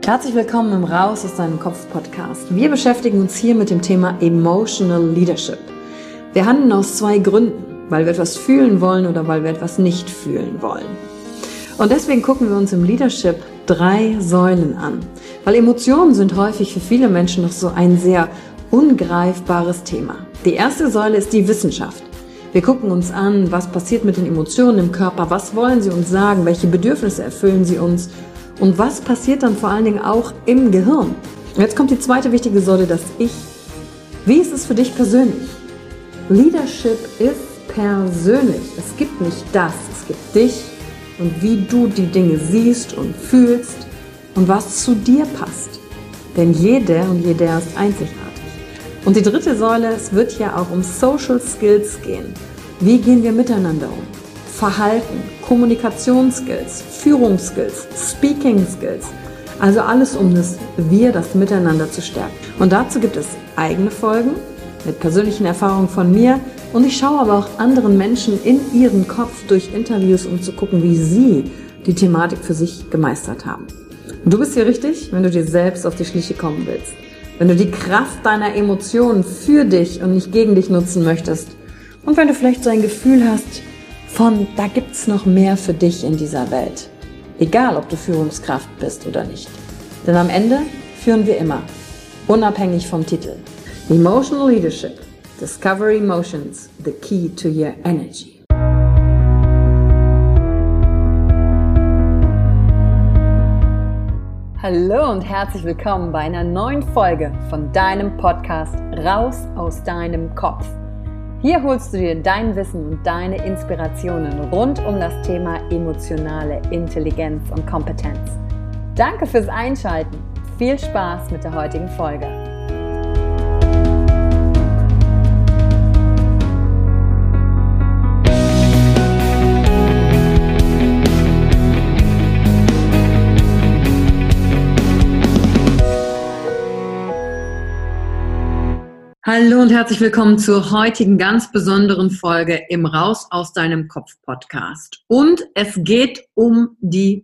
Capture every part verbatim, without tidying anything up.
Herzlich willkommen im Raus aus deinem Kopf Podcast. Wir beschäftigen uns hier mit dem Thema Emotional Leadership. Wir handeln aus zwei Gründen, weil wir etwas fühlen wollen oder weil wir etwas nicht fühlen wollen. Und deswegen gucken wir uns im Leadership drei Säulen an, weil Emotionen sind häufig für viele Menschen noch so ein sehr ungreifbares Thema. Die erste Säule ist die Wissenschaft. Wir gucken uns an, was passiert mit den Emotionen im Körper, was wollen sie uns sagen, welche Bedürfnisse erfüllen sie uns und was passiert dann vor allen Dingen auch im Gehirn. Und jetzt kommt die zweite wichtige Säule, das Ich. Wie ist es für dich persönlich? Leadership ist persönlich. Es gibt nicht das, es gibt dich und wie du die Dinge siehst und fühlst und was zu dir passt. Denn jede und jeder ist einzigartig. Und die dritte Säule, es wird ja auch um Social Skills gehen. Wie gehen wir miteinander um? Verhalten, Kommunikationsskills, Führungsskills, Speaking Skills. Also alles um das Wir, das Miteinander zu stärken. Und dazu gibt es eigene Folgen mit persönlichen Erfahrungen von mir. Und ich schaue aber auch anderen Menschen in ihren Kopf durch Interviews, um zu gucken, wie sie die Thematik für sich gemeistert haben. Und du bist hier richtig, wenn du dir selbst auf die Schliche kommen willst. Wenn du die Kraft deiner Emotionen für dich und nicht gegen dich nutzen möchtest. Und wenn du vielleicht so ein Gefühl hast von, da gibt's noch mehr für dich in dieser Welt. Egal, ob du Führungskraft bist oder nicht. Denn am Ende führen wir immer, unabhängig vom Titel. Emotional Leadership. Discover Emotions, the key to your energy. Hallo und herzlich willkommen bei einer neuen Folge von deinem Podcast Raus aus deinem Kopf. Hier holst du dir dein Wissen und deine Inspirationen rund um das Thema emotionale Intelligenz und Kompetenz. Danke fürs Einschalten. Viel Spaß mit der heutigen Folge. Hallo und herzlich willkommen zur heutigen ganz besonderen Folge im Raus aus deinem Kopf Podcast. Und es geht um die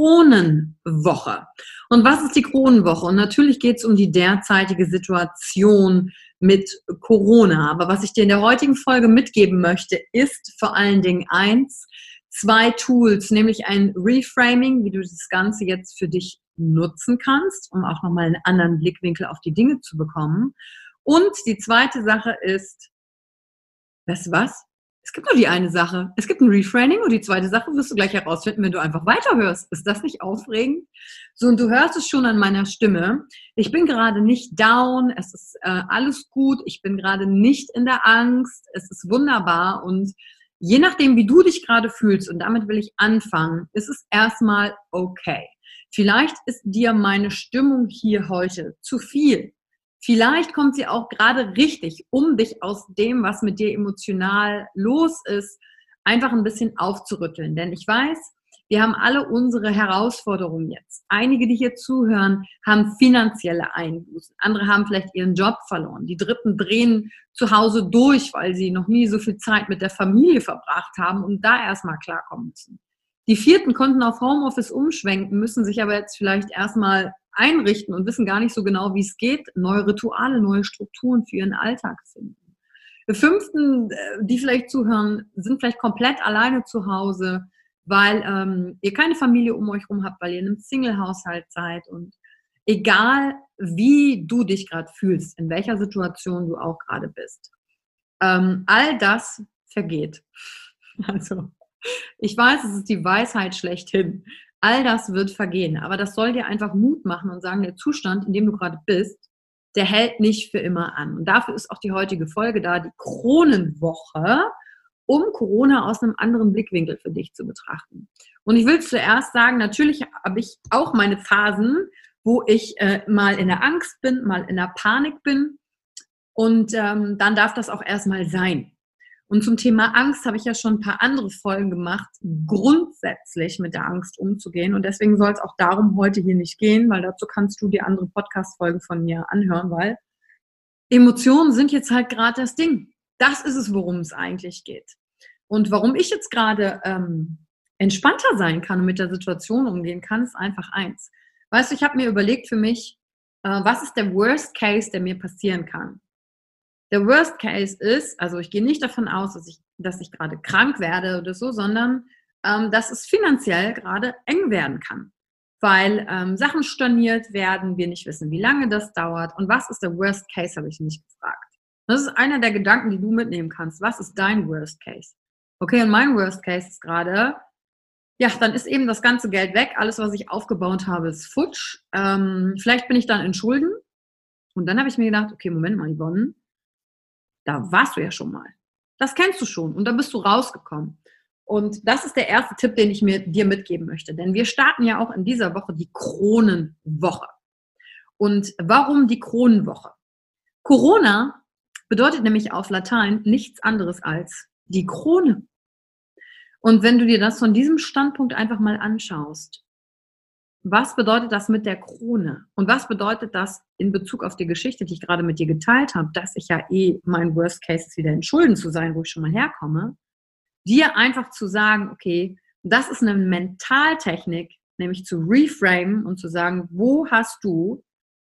Kronenwoche. Und was ist die Kronenwoche? Und natürlich geht es um die derzeitige Situation mit Corona. Aber was ich dir in der heutigen Folge mitgeben möchte, ist vor allen Dingen eins, zwei Tools, nämlich ein Reframing, wie du das Ganze jetzt für dich nutzen kannst, um auch nochmal einen anderen Blickwinkel auf die Dinge zu bekommen. Und die zweite Sache ist, weißt du was? Es gibt nur die eine Sache. Es gibt ein Reframing und die zweite Sache wirst du gleich herausfinden, wenn du einfach weiterhörst. Ist das nicht aufregend? So, und du hörst es schon an meiner Stimme. Ich bin gerade nicht down. Es ist äh, alles gut. Ich bin gerade nicht in der Angst. Es ist wunderbar. Und je nachdem, wie du dich gerade fühlst, und damit will ich anfangen, ist es erstmal okay. Vielleicht ist dir meine Stimmung hier heute zu viel. Vielleicht kommt sie auch gerade richtig, um dich aus dem, was mit dir emotional los ist, einfach ein bisschen aufzurütteln. Denn ich weiß, wir haben alle unsere Herausforderungen jetzt. Einige, die hier zuhören, haben finanzielle Einbußen. Andere haben vielleicht ihren Job verloren. Die Dritten drehen zu Hause durch, weil sie noch nie so viel Zeit mit der Familie verbracht haben und da erstmal klarkommen müssen. Die Vierten konnten auf Homeoffice umschwenken, müssen sich aber jetzt vielleicht erstmal einrichten und wissen gar nicht so genau, wie es geht, neue Rituale, neue Strukturen für ihren Alltag finden. Die Fünften, die vielleicht zuhören, sind vielleicht komplett alleine zu Hause, weil ähm, ihr keine Familie um euch herum habt, weil ihr in einem Single-Haushalt seid und egal, wie du dich gerade fühlst, in welcher Situation du auch gerade bist, ähm, all das vergeht. Also, ich weiß, es ist die Weisheit schlechthin. All das wird vergehen, aber das soll dir einfach Mut machen und sagen, der Zustand, in dem du gerade bist, der hält nicht für immer an. Und dafür ist auch die heutige Folge da, die Kronenwoche, um Corona aus einem anderen Blickwinkel für dich zu betrachten. Und ich will zuerst sagen, natürlich habe ich auch meine Phasen, wo ich äh, mal in der Angst bin, mal in der Panik bin und ähm, dann darf das auch erstmal sein. Und zum Thema Angst habe ich ja schon ein paar andere Folgen gemacht, grundsätzlich mit der Angst umzugehen. Und deswegen soll es auch darum heute hier nicht gehen, weil dazu kannst du die anderen Podcast-Folgen von mir anhören, weil Emotionen sind jetzt halt gerade das Ding. Das ist es, worum es eigentlich geht. Und warum ich jetzt gerade ähm, entspannter sein kann und mit der Situation umgehen kann, ist einfach eins. Weißt du, ich habe mir überlegt für mich, äh, was ist der Worst Case, der mir passieren kann? Der Worst Case ist, also ich gehe nicht davon aus, dass ich, dass ich gerade krank werde oder so, sondern ähm, dass es finanziell gerade eng werden kann, weil ähm, Sachen storniert werden, wir nicht wissen, wie lange das dauert. Und was ist der Worst Case, habe ich mich gefragt. Das ist einer der Gedanken, die du mitnehmen kannst. Was ist dein Worst Case? Okay, und mein Worst Case ist gerade, ja, dann ist eben das ganze Geld weg. Alles, was ich aufgebaut habe, ist futsch. Ähm, vielleicht bin ich dann in Schulden. Und dann habe ich mir gedacht, okay, Moment mal, Yvonne, da warst du ja schon mal. Das kennst du schon und da bist du rausgekommen. Und das ist der erste Tipp, den ich mir, dir mitgeben möchte. Denn wir starten ja auch in dieser Woche die Kronenwoche. Und warum die Kronenwoche? Corona bedeutet nämlich auf Latein nichts anderes als die Krone. Und wenn du dir das von diesem Standpunkt einfach mal anschaust, was bedeutet das mit der Krone? Und was bedeutet das in Bezug auf die Geschichte, die ich gerade mit dir geteilt habe, dass ich ja eh mein Worst Case ist, wieder in Schulden zu sein, wo ich schon mal herkomme, dir einfach zu sagen, okay, das ist eine Mentaltechnik, nämlich zu reframen und zu sagen, wo hast du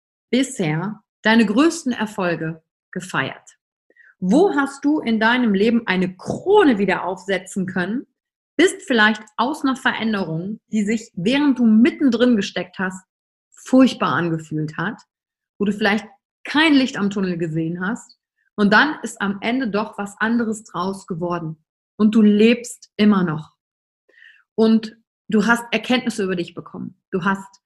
bisher deine größten Erfolge gefeiert? Wo hast du in deinem Leben eine Krone wieder aufsetzen können? Bist vielleicht aus einer Veränderung, die sich, während du mittendrin gesteckt hast, furchtbar angefühlt hat, wo du vielleicht kein Licht am Tunnel gesehen hast und dann ist am Ende doch was anderes draus geworden und du lebst immer noch und du hast Erkenntnisse über dich bekommen, du hast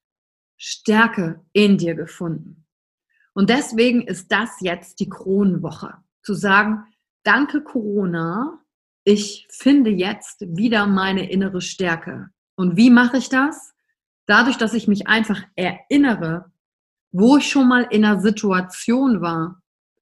Stärke in dir gefunden und deswegen ist das jetzt die Kronenwoche, zu sagen, danke Corona, ich finde jetzt wieder meine innere Stärke. Und wie mache ich das? Dadurch, dass ich mich einfach erinnere, wo ich schon mal in einer Situation war,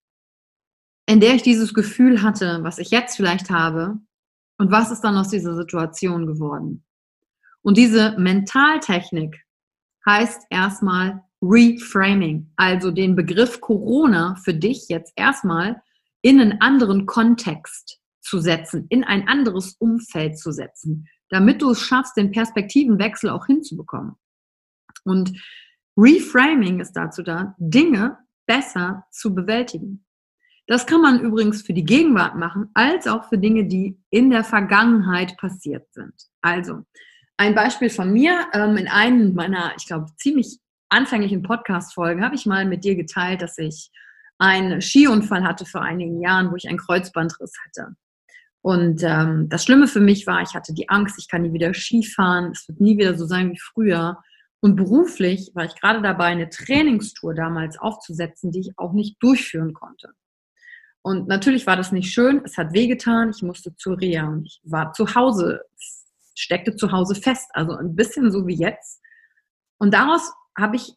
in der ich dieses Gefühl hatte, was ich jetzt vielleicht habe, und was ist dann aus dieser Situation geworden. Und diese Mentaltechnik heißt erstmal Reframing, also den Begriff Corona für dich jetzt erstmal in einen anderen Kontext zu setzen, in ein anderes Umfeld zu setzen, damit du es schaffst, den Perspektivenwechsel auch hinzubekommen. Und Reframing ist dazu da, Dinge besser zu bewältigen. Das kann man übrigens für die Gegenwart machen, als auch für Dinge, die in der Vergangenheit passiert sind. Also, ein Beispiel von mir, ähm, in einem meiner, ich glaube, ziemlich anfänglichen Podcast-Folgen habe ich mal mit dir geteilt, dass ich einen Skiunfall hatte vor einigen Jahren, wo ich einen Kreuzbandriss hatte. Und ähm, das Schlimme für mich war, ich hatte die Angst, ich kann nie wieder Skifahren, es wird nie wieder so sein wie früher. Und beruflich war ich gerade dabei, eine Trainingstour damals aufzusetzen, die ich auch nicht durchführen konnte. Und natürlich war das nicht schön, es hat wehgetan, ich musste zur Reha und ich war zu Hause, steckte zu Hause fest, also ein bisschen so wie jetzt. Und daraus habe ich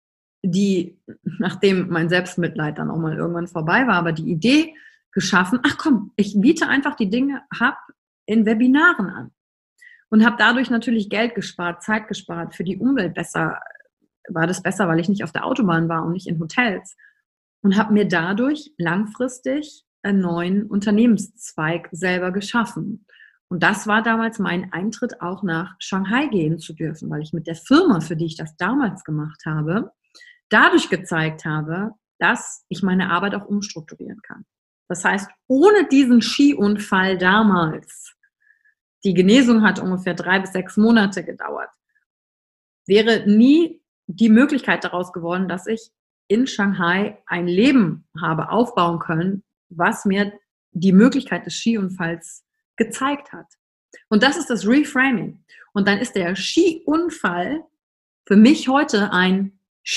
die, nachdem mein Selbstmitleid dann auch mal irgendwann vorbei war, aber die Idee geschaffen, ach komm, ich biete einfach die Dinge ab in Webinaren an und habe dadurch natürlich Geld gespart, Zeit gespart, für die Umwelt besser, war das besser, weil ich nicht auf der Autobahn war und nicht in Hotels und habe mir dadurch langfristig einen neuen Unternehmenszweig selber geschaffen. Und das war damals mein Eintritt, auch nach Shanghai gehen zu dürfen, weil ich mit der Firma, für die ich das damals gemacht habe, dadurch gezeigt habe, dass ich meine Arbeit auch umstrukturieren kann. Das heißt, ohne diesen Skiunfall damals, die Genesung hat ungefähr drei bis sechs Monate gedauert, wäre nie die Möglichkeit daraus geworden, dass ich in Shanghai ein Leben habe aufbauen können, was mir die Möglichkeit des Skiunfalls gezeigt hat. Und das ist das Reframing. Und dann ist der Skiunfall für mich heute ein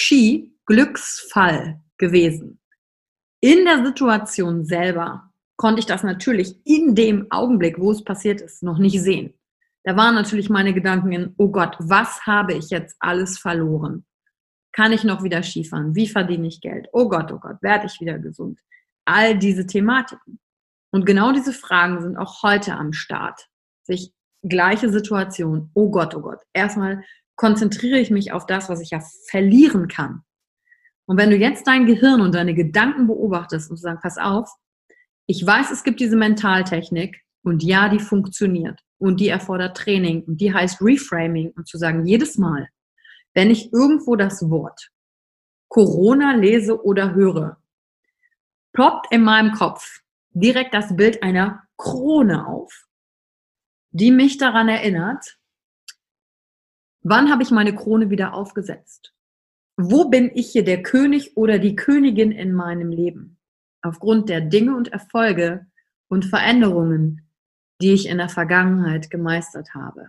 Ski-Glücksfall gewesen. In der Situation selber konnte ich das natürlich in dem Augenblick, wo es passiert ist, noch nicht sehen. Da waren natürlich meine Gedanken in, oh Gott, was habe ich jetzt alles verloren? Kann ich noch wieder Skifahren? Wie verdiene ich Geld? Oh Gott, oh Gott, werde ich wieder gesund? All diese Thematiken. Und genau diese Fragen sind auch heute am Start. Sich gleiche Situation, oh Gott, oh Gott. Erstmal konzentriere ich mich auf das, was ich ja verlieren kann. Und wenn du jetzt dein Gehirn und deine Gedanken beobachtest und sagst, pass auf, ich weiß, es gibt diese Mentaltechnik und ja, die funktioniert und die erfordert Training und die heißt Reframing und zu sagen, jedes Mal, wenn ich irgendwo das Wort Corona lese oder höre, ploppt in meinem Kopf direkt das Bild einer Krone auf, die mich daran erinnert, wann habe ich meine Krone wieder aufgesetzt? Wo bin ich hier der König oder die Königin in meinem Leben? Aufgrund der Dinge und Erfolge und Veränderungen, die ich in der Vergangenheit gemeistert habe.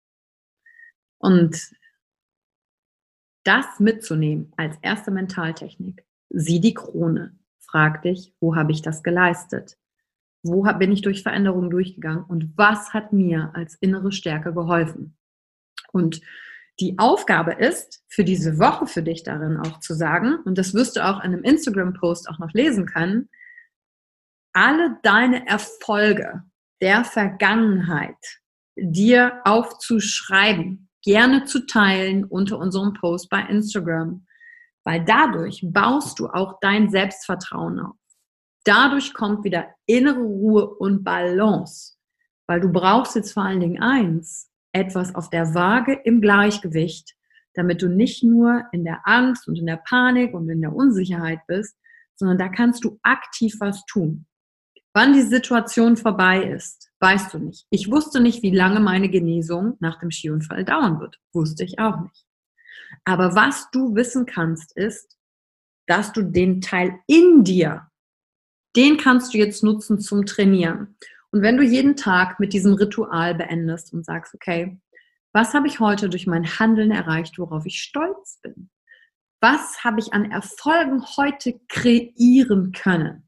Und das mitzunehmen als erste Mentaltechnik. Sieh die Krone. Frag dich, wo habe ich das geleistet? Wo bin ich durch Veränderungen durchgegangen? Und was hat mir als innere Stärke geholfen? Und die Aufgabe ist, für diese Woche für dich darin auch zu sagen, und das wirst du auch in einem Instagram-Post auch noch lesen können, alle deine Erfolge der Vergangenheit dir aufzuschreiben, gerne zu teilen unter unserem Post bei Instagram, weil dadurch baust du auch dein Selbstvertrauen auf. Dadurch kommt wieder innere Ruhe und Balance, weil du brauchst jetzt vor allen Dingen eins, etwas auf der Waage im Gleichgewicht, damit du nicht nur in der Angst und in der Panik und in der Unsicherheit bist, sondern da kannst du aktiv was tun. Wann die Situation vorbei ist, weißt du nicht. Ich wusste nicht, wie lange meine Genesung nach dem Skiunfall dauern wird. Wusste ich auch nicht. Aber was du wissen kannst, ist, dass du den Teil in dir, den kannst du jetzt nutzen zum Trainieren. Und wenn du jeden Tag mit diesem Ritual beendest und sagst, okay, was habe ich heute durch mein Handeln erreicht, worauf ich stolz bin? Was habe ich an Erfolgen heute kreieren können?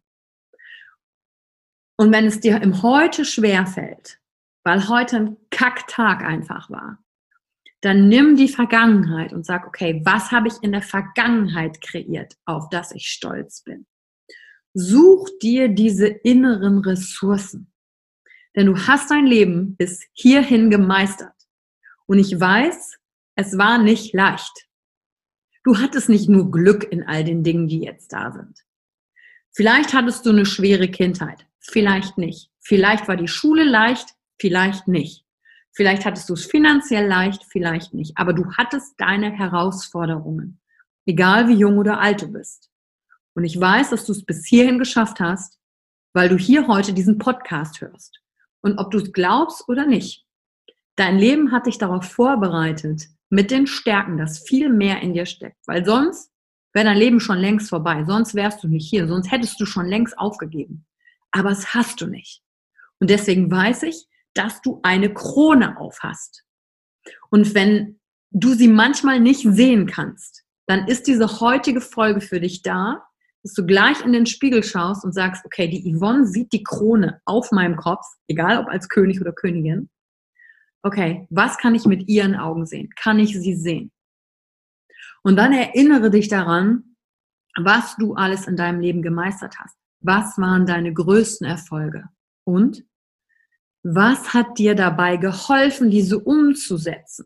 Und wenn es dir im Heute schwerfällt, weil heute ein Kacktag einfach war, dann nimm die Vergangenheit und sag, okay, was habe ich in der Vergangenheit kreiert, auf das ich stolz bin? Such dir diese inneren Ressourcen. Denn du hast dein Leben bis hierhin gemeistert. Und ich weiß, es war nicht leicht. Du hattest nicht nur Glück in all den Dingen, die jetzt da sind. Vielleicht hattest du eine schwere Kindheit, vielleicht nicht. Vielleicht war die Schule leicht, vielleicht nicht. Vielleicht hattest du es finanziell leicht, vielleicht nicht. Aber du hattest deine Herausforderungen, egal wie jung oder alt du bist. Und ich weiß, dass du es bis hierhin geschafft hast, weil du hier heute diesen Podcast hörst. Und ob du es glaubst oder nicht, dein Leben hat dich darauf vorbereitet, mit den Stärken, dass viel mehr in dir steckt. Weil sonst wäre dein Leben schon längst vorbei. Sonst wärst du nicht hier. Sonst hättest du schon längst aufgegeben. Aber es hast du nicht. Und deswegen weiß ich, dass du eine Krone auf hast. Und wenn du sie manchmal nicht sehen kannst, dann ist diese heutige Folge für dich da, dass du gleich in den Spiegel schaust und sagst, okay, die Yvonne sieht die Krone auf meinem Kopf, egal ob als König oder Königin. Okay, was kann ich mit ihren Augen sehen? Kann ich sie sehen? Und dann erinnere dich daran, was du alles in deinem Leben gemeistert hast. Was waren deine größten Erfolge? Und was hat dir dabei geholfen, diese umzusetzen?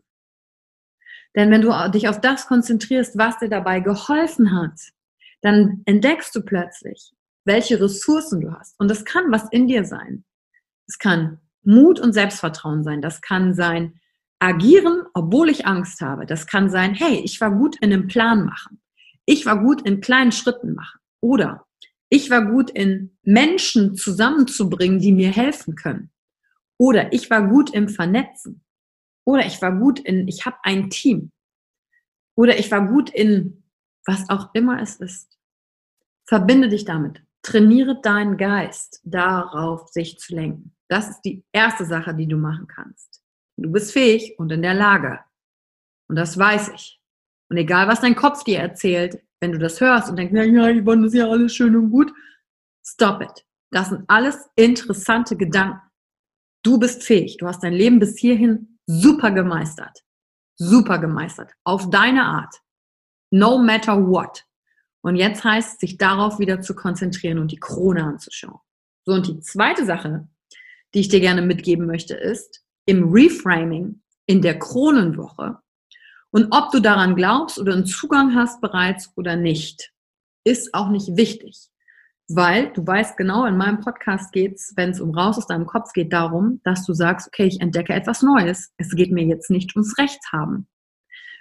Denn wenn du dich auf das konzentrierst, was dir dabei geholfen hat, dann entdeckst du plötzlich, welche Ressourcen du hast. Und das kann was in dir sein. Es kann Mut und Selbstvertrauen sein. Das kann sein, agieren, obwohl ich Angst habe. Das kann sein, hey, ich war gut in einem Plan machen. Ich war gut in kleinen Schritten machen. Oder ich war gut in Menschen zusammenzubringen, die mir helfen können. Oder ich war gut im Vernetzen. Oder ich war gut in, ich habe ein Team. Oder ich war gut in, was auch immer es ist. Verbinde dich damit. Trainiere deinen Geist darauf, sich zu lenken. Das ist die erste Sache, die du machen kannst. Du bist fähig und in der Lage. Und das weiß ich. Und egal, was dein Kopf dir erzählt, wenn du das hörst und denkst, ja, ja, Yvonne, das ist ja alles schön und gut, stop it. Das sind alles interessante Gedanken. Du bist fähig. Du hast dein Leben bis hierhin super gemeistert. Super gemeistert. Auf deine Art. No matter what. Und jetzt heißt es, sich darauf wieder zu konzentrieren und die Krone anzuschauen. So, und die zweite Sache, die ich dir gerne mitgeben möchte, ist, im Reframing, in der Kronenwoche, und ob du daran glaubst oder einen Zugang hast bereits oder nicht, ist auch nicht wichtig. Weil du weißt genau, in meinem Podcast geht es, wenn es um raus aus deinem Kopf geht, darum, dass du sagst, okay, ich entdecke etwas Neues. Es geht mir jetzt nicht ums Rechtshaben.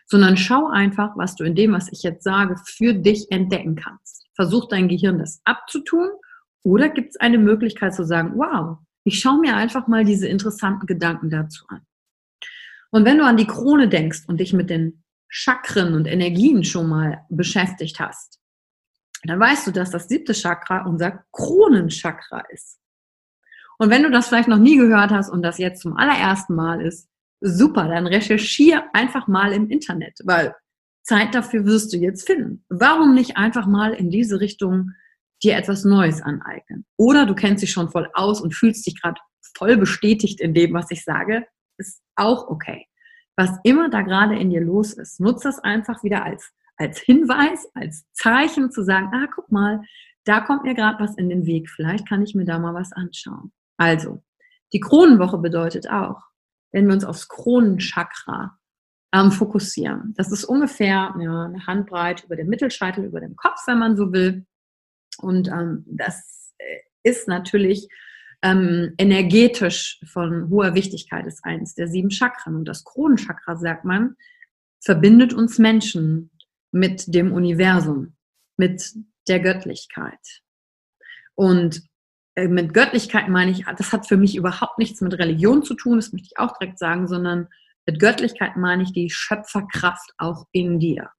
sondern schau einfach, was du in dem, was ich jetzt sage, für dich entdecken kannst. Versuch dein Gehirn das abzutun oder gibt es eine Möglichkeit zu sagen, wow, ich schaue mir einfach mal diese interessanten Gedanken dazu an. Und wenn du an die Krone denkst und dich mit den Chakren und Energien schon mal beschäftigt hast, dann weißt du, dass das siebte Chakra unser Kronenchakra ist. Und wenn du das vielleicht noch nie gehört hast und das jetzt zum allerersten Mal ist, super, dann recherchiere einfach mal im Internet, weil Zeit dafür wirst du jetzt finden. Warum nicht einfach mal in diese Richtung dir etwas Neues aneignen? Oder du kennst dich schon voll aus und fühlst dich gerade voll bestätigt in dem, was ich sage, ist auch okay. Was immer da gerade in dir los ist, nutz das einfach wieder als, als Hinweis, als Zeichen zu sagen, ah, guck mal, da kommt mir gerade was in den Weg, vielleicht kann ich mir da mal was anschauen. Also, die Kronenwoche bedeutet auch, wenn wir uns aufs Kronenchakra ähm, fokussieren. Das ist ungefähr ja, eine Handbreit über dem Mittelscheitel, über dem Kopf, wenn man so will. Und ähm, das ist natürlich ähm, energetisch von hoher Wichtigkeit, ist eines der sieben Chakren. Und das Kronenchakra, sagt man, verbindet uns Menschen mit dem Universum, mit der Göttlichkeit. Und mit Göttlichkeit meine ich, das hat für mich überhaupt nichts mit Religion zu tun, das möchte ich auch direkt sagen, sondern mit Göttlichkeit meine ich die Schöpferkraft auch in dir.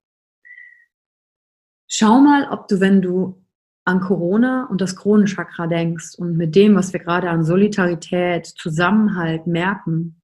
Schau mal, ob du, wenn du an Corona und das Kronenchakra denkst und mit dem, was wir gerade an Solidarität, Zusammenhalt merken,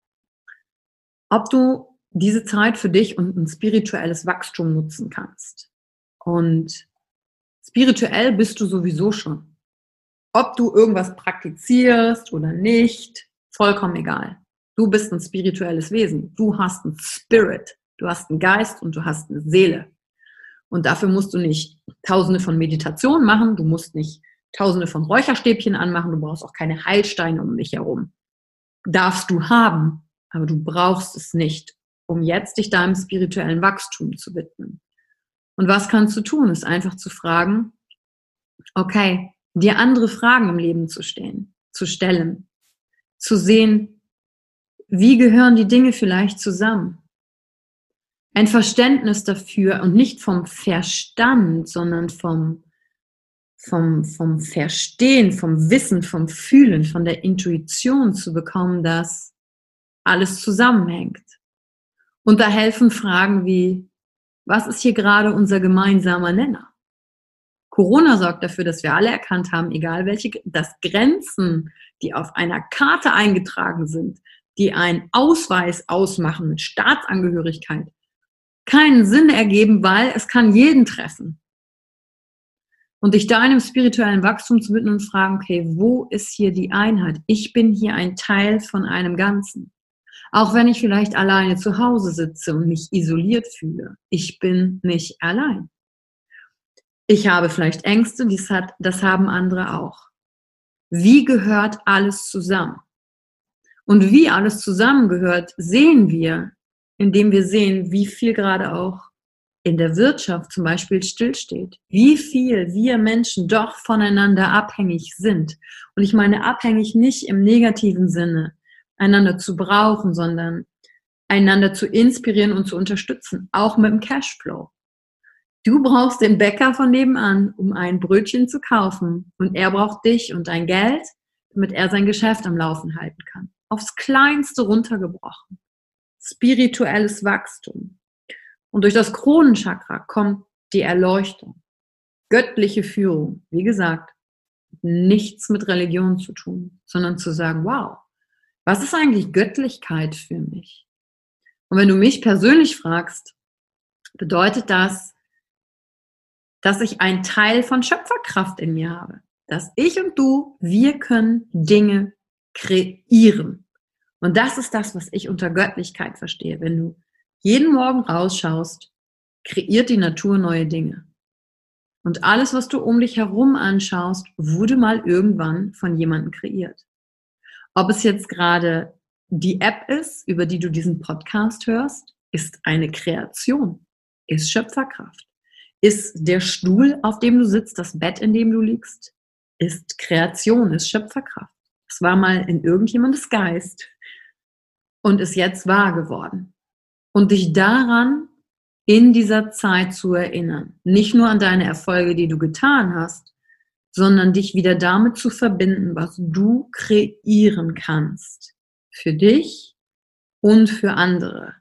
ob du diese Zeit für dich und ein spirituelles Wachstum nutzen kannst. Und spirituell bist du sowieso schon. Ob du irgendwas praktizierst oder nicht, vollkommen egal. Du bist ein spirituelles Wesen. Du hast einen Spirit. Du hast einen Geist und du hast eine Seele. Und dafür musst du nicht tausende von Meditationen machen. Du musst nicht tausende von Räucherstäbchen anmachen. Du brauchst auch keine Heilsteine um dich herum. Darfst du haben, aber du brauchst es nicht, um jetzt dich deinem spirituellen Wachstum zu widmen. Und was kannst du tun? Ist einfach zu fragen, okay, dir andere Fragen im Leben zu stehen, zu stellen, zu sehen, wie gehören die Dinge vielleicht zusammen? Ein Verständnis dafür und nicht vom Verstand, sondern vom, vom, vom Verstehen, vom Wissen, vom Fühlen, von der Intuition zu bekommen, dass alles zusammenhängt. Und da helfen Fragen wie, was ist hier gerade unser gemeinsamer Nenner? Corona sorgt dafür, dass wir alle erkannt haben, egal welche, dass Grenzen, die auf einer Karte eingetragen sind, die einen Ausweis ausmachen mit Staatsangehörigkeit, keinen Sinn ergeben, weil es kann jeden treffen. Und dich deinem spirituellen Wachstum zu widmen und fragen, okay, wo ist hier die Einheit? Ich bin hier ein Teil von einem Ganzen. Auch wenn ich vielleicht alleine zu Hause sitze und mich isoliert fühle. Ich bin nicht allein. Ich habe vielleicht Ängste, das, hat, das haben andere auch. Wie gehört alles zusammen? Und wie alles zusammengehört, sehen wir, indem wir sehen, wie viel gerade auch in der Wirtschaft zum Beispiel stillsteht. Wie viel wir Menschen doch voneinander abhängig sind. Und ich meine abhängig nicht im negativen Sinne, einander zu brauchen, sondern einander zu inspirieren und zu unterstützen, auch mit dem Cashflow. Du brauchst den Bäcker von nebenan, um ein Brötchen zu kaufen. Und er braucht dich und dein Geld, damit er sein Geschäft am Laufen halten kann. Aufs Kleinste runtergebrochen. Spirituelles Wachstum. Und durch das Kronenchakra kommt die Erleuchtung. Göttliche Führung. Wie gesagt, nichts mit Religion zu tun, sondern zu sagen, wow, was ist eigentlich Göttlichkeit für mich? Und wenn du mich persönlich fragst, bedeutet das, dass ich einen Teil von Schöpferkraft in mir habe. Dass ich und du, wir können Dinge kreieren. Und das ist das, was ich unter Göttlichkeit verstehe. Wenn du jeden Morgen rausschaust, kreiert die Natur neue Dinge. Und alles, was du um dich herum anschaust, wurde mal irgendwann von jemandem kreiert. Ob es jetzt gerade die App ist, über die du diesen Podcast hörst, ist eine Kreation, ist Schöpferkraft. Ist der Stuhl, auf dem du sitzt, das Bett, in dem du liegst, ist Kreation, ist Schöpferkraft. Es war mal in irgendjemandes Geist und ist jetzt wahr geworden. und dich daran in dieser Zeit zu erinnern. Nicht nur an deine Erfolge, die du getan hast, sondern dich wieder damit zu verbinden, was du kreieren kannst. Für dich und für andere.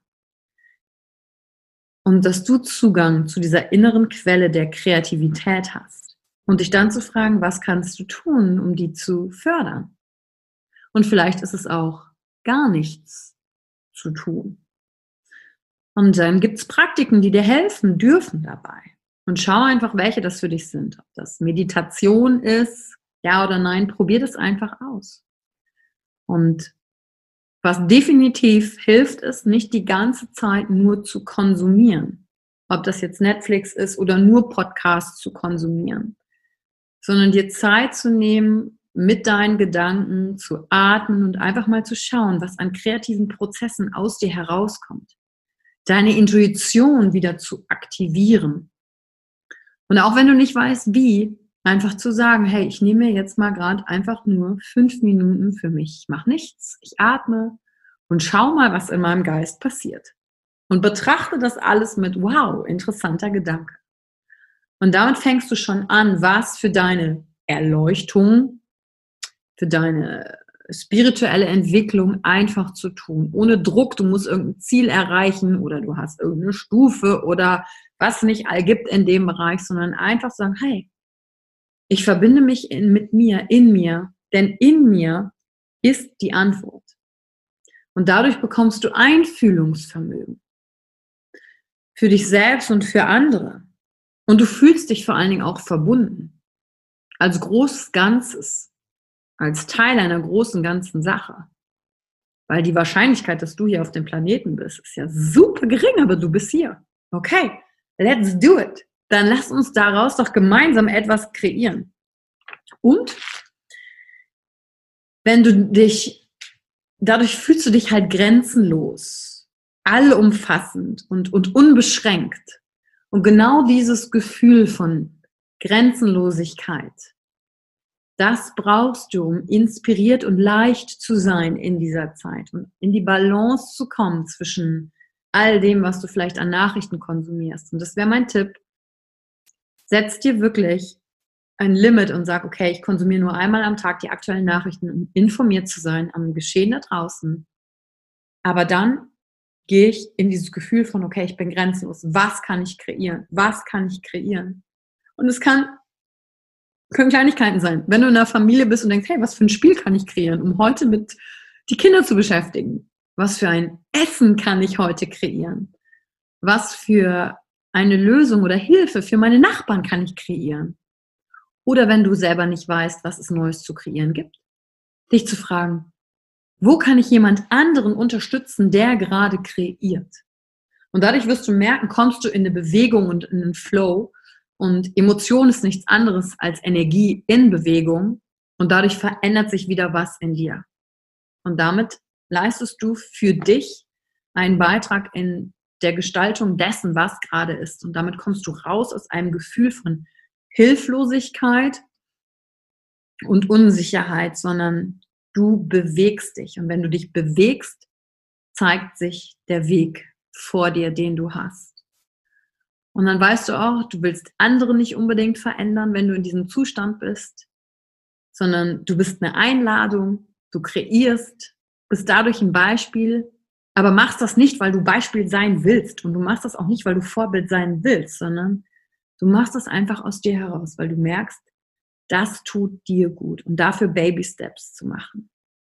Und dass du Zugang zu dieser inneren Quelle der Kreativität hast. Und dich dann zu fragen, was kannst du tun, um die zu fördern? Und vielleicht ist es auch gar nichts zu tun. Und dann gibt es Praktiken, die dir helfen dürfen dabei. Und schau einfach, welche das für dich sind. Ob das Meditation ist, ja oder nein, probier das einfach aus. Und was definitiv hilft, ist, nicht die ganze Zeit nur zu konsumieren. Ob das jetzt Netflix ist oder nur Podcasts zu konsumieren. Sondern dir Zeit zu nehmen, mit deinen Gedanken zu atmen und einfach mal zu schauen, was an kreativen Prozessen aus dir herauskommt. Deine Intuition wieder zu aktivieren. Und auch wenn du nicht weißt, wie, einfach zu sagen, hey, ich nehme mir jetzt mal gerade einfach nur fünf Minuten für mich. Ich mache nichts, ich atme und schau mal, was in meinem Geist passiert. Und betrachte das alles mit, wow, interessanter Gedanke. Und damit fängst du schon an, was für deine Erleuchtung, für deine spirituelle Entwicklung einfach zu tun. Ohne Druck, du musst irgendein Ziel erreichen oder du hast irgendeine Stufe oder was nicht all gibt in dem Bereich, sondern einfach sagen, hey, ich verbinde mich in, mit mir, in mir, denn in mir ist die Antwort. Und dadurch bekommst du Einfühlungsvermögen für dich selbst und für andere. Und du fühlst dich vor allen Dingen auch verbunden, als großes Ganzes, als Teil einer großen ganzen Sache. Weil die Wahrscheinlichkeit, dass du hier auf dem Planeten bist, ist ja super gering, aber du bist hier. Okay, let's do it. Dann lass uns daraus doch gemeinsam etwas kreieren. Und wenn du dich, dadurch fühlst du dich halt grenzenlos, allumfassend und, und unbeschränkt. Und genau dieses Gefühl von Grenzenlosigkeit, das brauchst du, um inspiriert und leicht zu sein in dieser Zeit und in die Balance zu kommen zwischen all dem, was du vielleicht an Nachrichten konsumierst. Und das wäre mein Tipp. Setz dir wirklich ein Limit und sag, okay, ich konsumiere nur einmal am Tag die aktuellen Nachrichten, um informiert zu sein am Geschehen da draußen. Aber dann gehe ich in dieses Gefühl von, okay, ich bin grenzenlos. Was kann ich kreieren? Was kann ich kreieren? Und es kann, können Kleinigkeiten sein. Wenn du in einer Familie bist und denkst, hey, was für ein Spiel kann ich kreieren, um heute mit die Kinder zu beschäftigen? Was für ein Essen kann ich heute kreieren? Was für eine Lösung oder Hilfe für meine Nachbarn kann ich kreieren? Oder wenn du selber nicht weißt, was es Neues zu kreieren gibt, dich zu fragen, wo kann ich jemand anderen unterstützen, der gerade kreiert? Und dadurch wirst du merken, kommst du in eine Bewegung und in einen Flow. Und Emotion ist nichts anderes als Energie in Bewegung. Und dadurch verändert sich wieder was in dir. Und damit leistest du für dich einen Beitrag in der Gestaltung dessen, was gerade ist. Und damit kommst du raus aus einem Gefühl von Hilflosigkeit und Unsicherheit, sondern du bewegst dich. Und wenn du dich bewegst, zeigt sich der Weg vor dir, den du hast. Und dann weißt du auch, du willst andere nicht unbedingt verändern, wenn du in diesem Zustand bist, sondern du bist eine Einladung, du kreierst, bist dadurch ein Beispiel, aber machst das nicht, weil du Beispiel sein willst. Und du machst das auch nicht, weil du Vorbild sein willst, sondern du machst das einfach aus dir heraus, weil du merkst, das tut dir gut. Und dafür Baby Steps zu machen.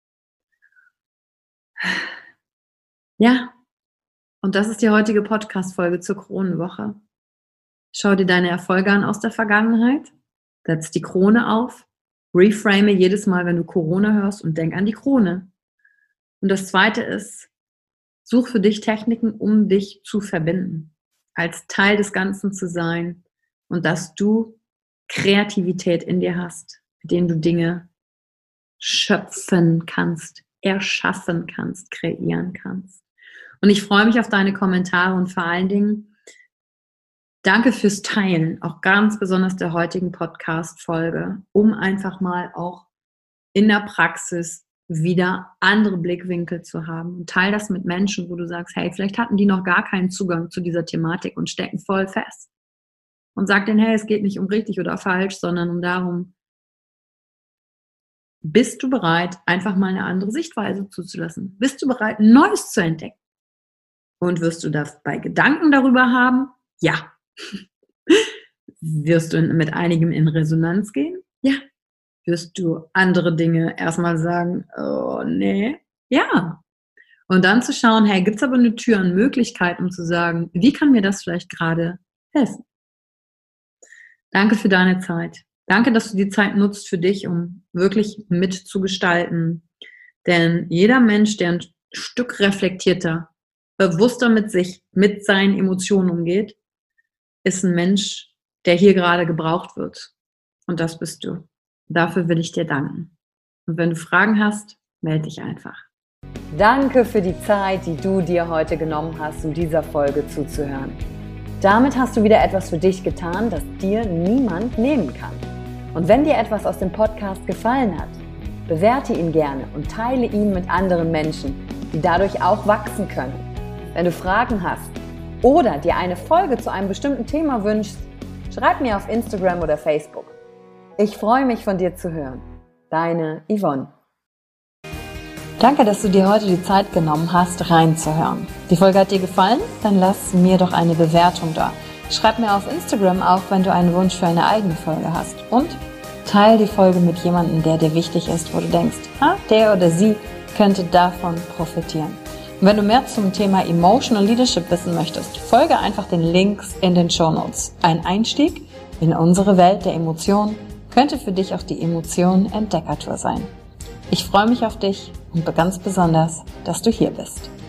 Ja, und das ist die heutige Podcast-Folge zur Kronenwoche. Schau dir deine Erfolge an aus der Vergangenheit, setz die Krone auf, reframe jedes Mal, wenn du Corona hörst und denk an die Krone. Und das Zweite ist, such für dich Techniken, um dich zu verbinden, als Teil des Ganzen zu sein und dass du Kreativität in dir hast, mit denen du Dinge schöpfen kannst, erschaffen kannst, kreieren kannst. Und ich freue mich auf deine Kommentare und vor allen Dingen danke fürs Teilen, auch ganz besonders der heutigen Podcast-Folge, um einfach mal auch in der Praxis wieder andere Blickwinkel zu haben. Und teile das mit Menschen, wo du sagst, hey, vielleicht hatten die noch gar keinen Zugang zu dieser Thematik und stecken voll fest. Und sag denen, hey, es geht nicht um richtig oder falsch, sondern um darum, bist du bereit, einfach mal eine andere Sichtweise zuzulassen? Bist du bereit, Neues zu entdecken? Und wirst du dabei Gedanken darüber haben? Ja. Wirst du mit einigem in Resonanz gehen? Ja. Wirst du andere Dinge erstmal sagen, oh nee? Ja. Und dann zu schauen, hey, gibt es aber eine Tür, eine Möglichkeit, um zu sagen, wie kann mir das vielleicht gerade helfen? Danke für deine Zeit. Danke, dass du die Zeit nutzt für dich, um wirklich mitzugestalten. Denn jeder Mensch, der ein Stück reflektierter, bewusster mit sich, mit seinen Emotionen umgeht, ist ein Mensch, der hier gerade gebraucht wird. Und das bist du. Dafür will ich dir danken. Und wenn du Fragen hast, melde dich einfach. Danke für die Zeit, die du dir heute genommen hast, um dieser Folge zuzuhören. Damit hast du wieder etwas für dich getan, das dir niemand nehmen kann. Und wenn dir etwas aus dem Podcast gefallen hat, bewerte ihn gerne und teile ihn mit anderen Menschen, die dadurch auch wachsen können. Wenn du Fragen hast oder dir eine Folge zu einem bestimmten Thema wünschst, schreib mir auf Instagram oder Facebook. Ich freue mich, von dir zu hören. Deine Yvonne. Danke, dass du dir heute die Zeit genommen hast, reinzuhören. Die Folge hat dir gefallen? Dann lass mir doch eine Bewertung da. Schreib mir auf Instagram auch, wenn du einen Wunsch für eine eigene Folge hast. Und teile die Folge mit jemandem, der dir wichtig ist, wo du denkst, ah, der oder sie könnte davon profitieren. Und wenn du mehr zum Thema Emotional Leadership wissen möchtest, folge einfach den Links in den Shownotes. Ein Einstieg in unsere Welt der Emotionen könnte für dich auch die Emotionen-Entdeckertour sein. Ich freue mich auf dich und ganz besonders, dass du hier bist.